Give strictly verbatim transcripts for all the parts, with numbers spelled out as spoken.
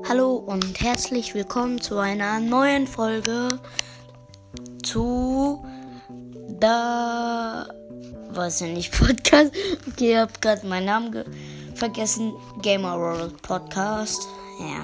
Hallo und herzlich willkommen zu einer neuen Folge zu da weiß ich nicht Podcast. Okay, ihr habt gerade meinen Namen ge- vergessen. Gamer World Podcast. Ja.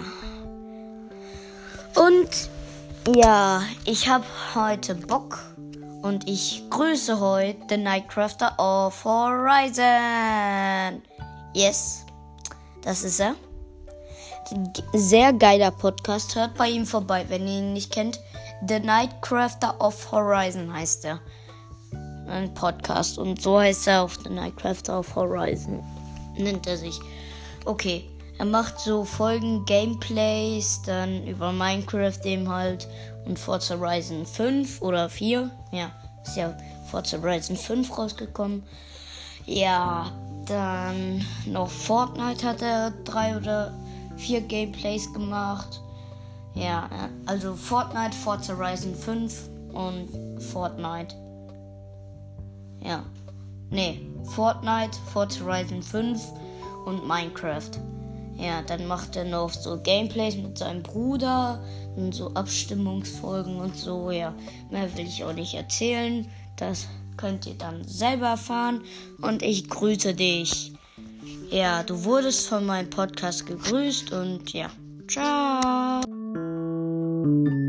Und ja, ich habe heute Bock und ich grüße heute den Nightcrafter of Horizon. Yes, das ist er. Sehr geiler Podcast. Hört bei ihm vorbei, wenn ihr ihn nicht kennt. The Nightcrafter of Horizon heißt er. Ein Podcast. Und so heißt er auch The Nightcrafter of Horizon. Nennt er sich. Okay. Er macht so Folgen Gameplays, dann über Minecraft eben halt. Und Forza Horizon fünf oder vier. Ja, ist ja Forza Horizon fünf rausgekommen. Ja, dann noch Fortnite hat er drei oder vier Gameplays gemacht. Ja, also Fortnite, Forza Horizon fünf und Fortnite. Ja. Nee, Fortnite, Forza Horizon fünf und Minecraft. Ja, dann macht er noch so Gameplays mit seinem Bruder und so Abstimmungsfolgen und so. Ja, mehr will ich auch nicht erzählen. Das könnt ihr dann selber erfahren. Und ich grüße dich. Ja, du wurdest von meinem Podcast gegrüßt und ja, ciao.